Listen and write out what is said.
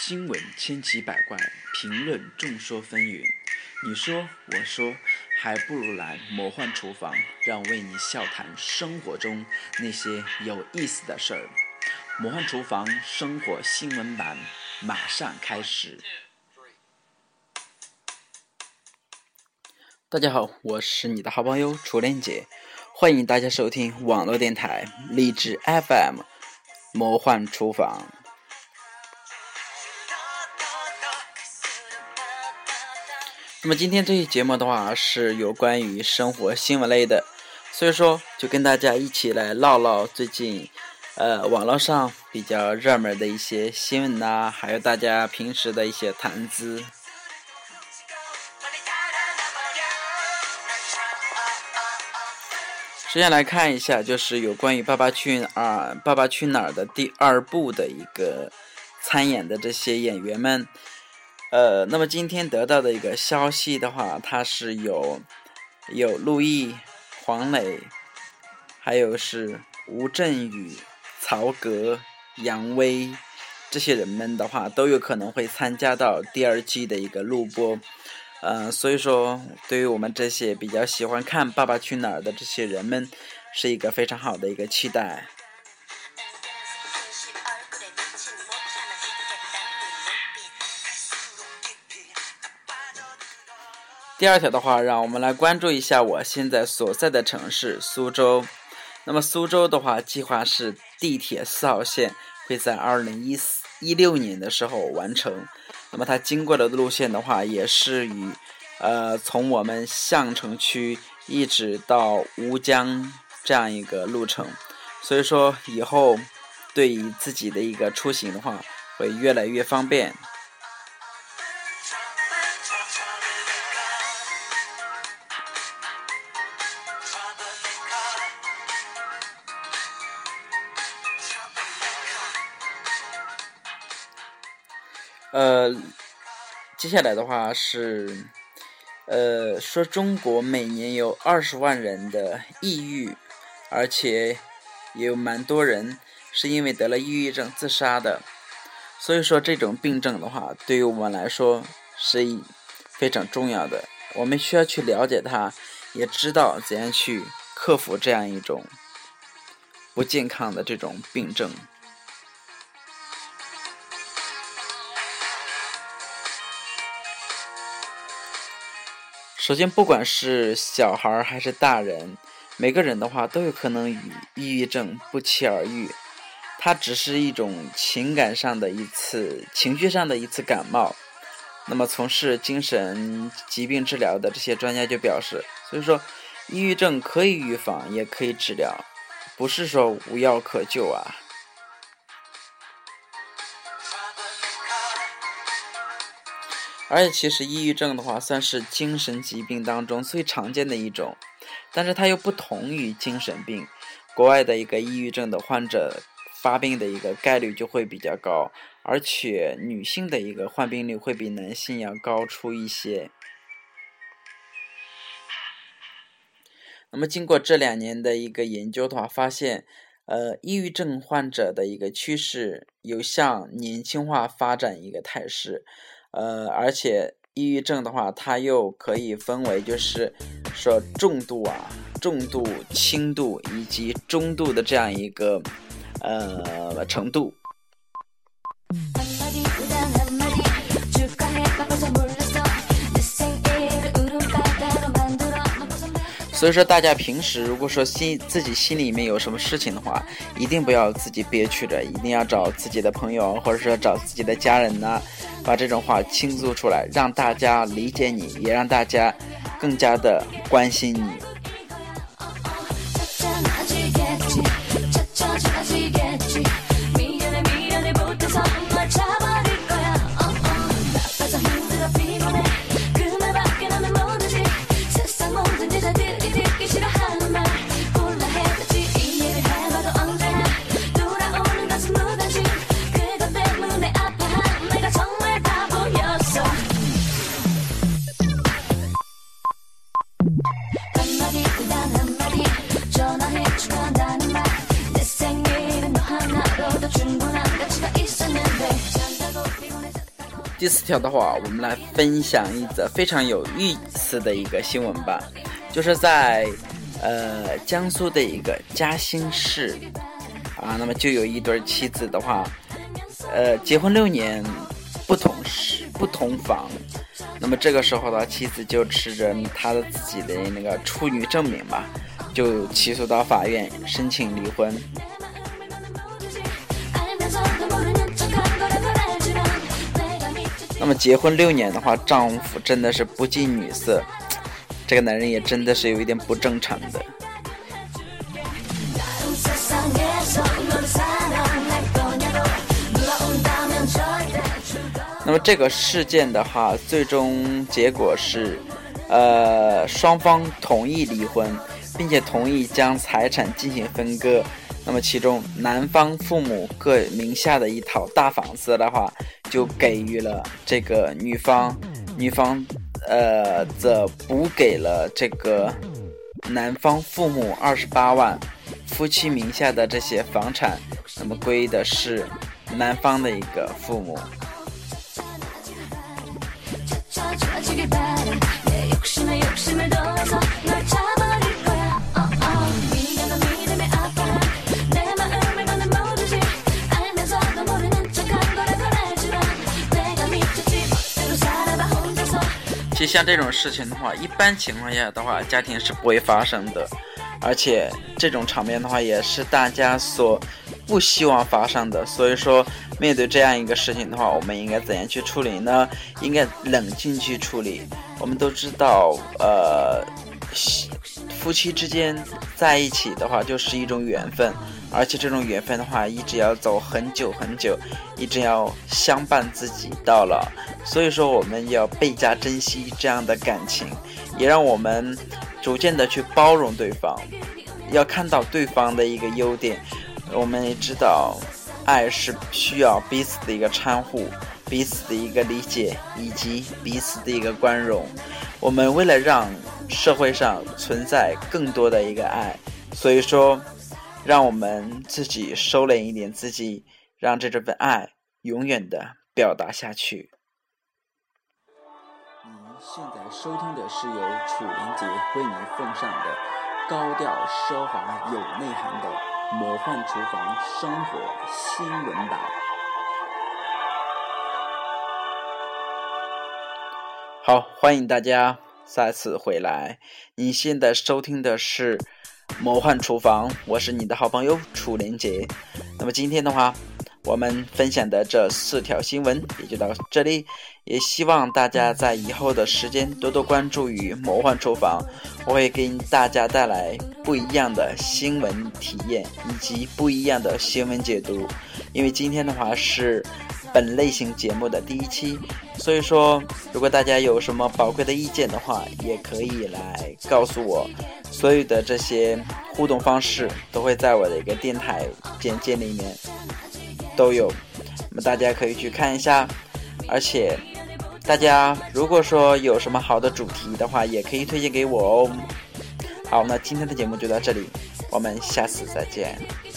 新闻千奇百怪，评论众说纷纭。你说我说，还不如来魔幻厨房，让为你笑谈生活中那些有意思的事儿。魔幻厨房生活新闻版马上开始。大家好，我是你的好朋友楚莲姐，欢迎大家收听网络电台励志 FM 魔幻厨房。那么今天这期节目的话是有关于生活新闻类的，所以说就跟大家一起来唠唠最近网络上比较热门的一些新闻呐，还有大家平时的一些谈资。首先来看一下，就是有关于爸爸去哪儿的第二部的一个参演的这些演员们。那么今天得到的一个消息的话，它是有陆毅、黄磊，还有是吴镇宇、曹格、杨威这些人们的话，都有可能会参加到第二季的一个录播。所以说对于我们这些比较喜欢看《爸爸去哪儿》的这些人们，是一个非常好的一个期待。第二条的话，让我们来关注一下我现在所在的城市苏州。那么苏州的话，计划是地铁4号线会在2016年的时候完成。那么它经过的路线的话，也是以从我们相城区一直到吴江这样一个路程，所以说以后对于自己的一个出行的话，会越来越方便。接下来的话是说中国每年有20万人的抑郁，而且也有蛮多人是因为得了抑郁症自杀的。所以说这种病症的话，对于我们来说是非常重要的，我们需要去了解它，也知道怎样去克服这样一种不健康的这种病症。首先不管是小孩还是大人，每个人的话都有可能与抑郁症不期而遇，它只是一种情绪上的一次感冒。那么从事精神疾病治疗的这些专家就表示，所以说抑郁症可以预防也可以治疗，不是说无药可救啊。而且其实抑郁症的话算是精神疾病当中最常见的一种，但是它又不同于精神病。国外的一个抑郁症的患者发病的一个概率就会比较高，而且女性的一个患病率会比男性要高出一些。那么经过这2年的一个研究的话，发现抑郁症患者的一个趋势有向年轻化发展一个态势。而且抑郁症的话，它又可以分为就是说重度、轻度以及中度的这样一个程度。所以说大家平时如果说自己心里面有什么事情的话，一定不要自己憋屈着，一定要找自己的朋友或者说找自己的家人呐，把这种话倾诉出来，让大家理解你，也让大家更加的关心你。 第4条的话，我们来分享一则非常有意思的一个新闻吧，就是在江苏的一个嘉兴市啊，那么就有一对妻子的话，结婚6年不同房，那么这个时候呢，妻子就持着他的自己的那个处女证明吧，就起诉到法院申请离婚。那么结婚6年的话，丈夫真的是不近女色，这个男人也真的是有一点不正常的。那么这个事件的话，最终结果是双方同意离婚，并且同意将财产进行分割。那么其中男方父母各名下的一套大房子的话，就给予了这个女方则补给了这个男方父母28万，夫妻名下的这些房产那么归的是男方的一个父母。其实像这种事情的话，一般情况下的话，家庭是不会发生的，而且这种场面的话，也是大家所不希望发生的。所以说，面对这样一个事情的话，我们应该怎样去处理呢？应该冷静去处理。我们都知道，夫妻之间在一起的话，就是一种缘分，而且这种缘分的话，一直要走很久很久，一直要相伴自己到老。所以说，我们要倍加珍惜这样的感情，也让我们逐渐的去包容对方，要看到对方的一个优点。我们也知道，爱是需要彼此的一个搀护，彼此的一个理解，以及彼此的一个宽容。我们为了让社会上存在更多的一个爱，所以说让我们自己收敛一点自己，让这份爱永远的表达下去。 您现在收听的是由楚连杰为您奉上的高调奢华有内涵的魔幻厨房生活新闻版。 好，欢迎大家再次回来。你现在收听的是魔幻厨房，我是你的好朋友楚连杰。那么今天的话，我们分享的这4条新闻也就到这里，也希望大家在以后的时间多多关注于魔幻厨房，我会给大家带来不一样的新闻体验以及不一样的新闻解读。因为今天的话是本类型节目的第1期，所以说如果大家有什么宝贵的意见的话，也可以来告诉我。所有的这些互动方式都会在我的一个电台简介里面都有，那么大家可以去看一下。而且大家如果说有什么好的主题的话，也可以推荐给我哦。好，那今天的节目就到这里，我们下次再见。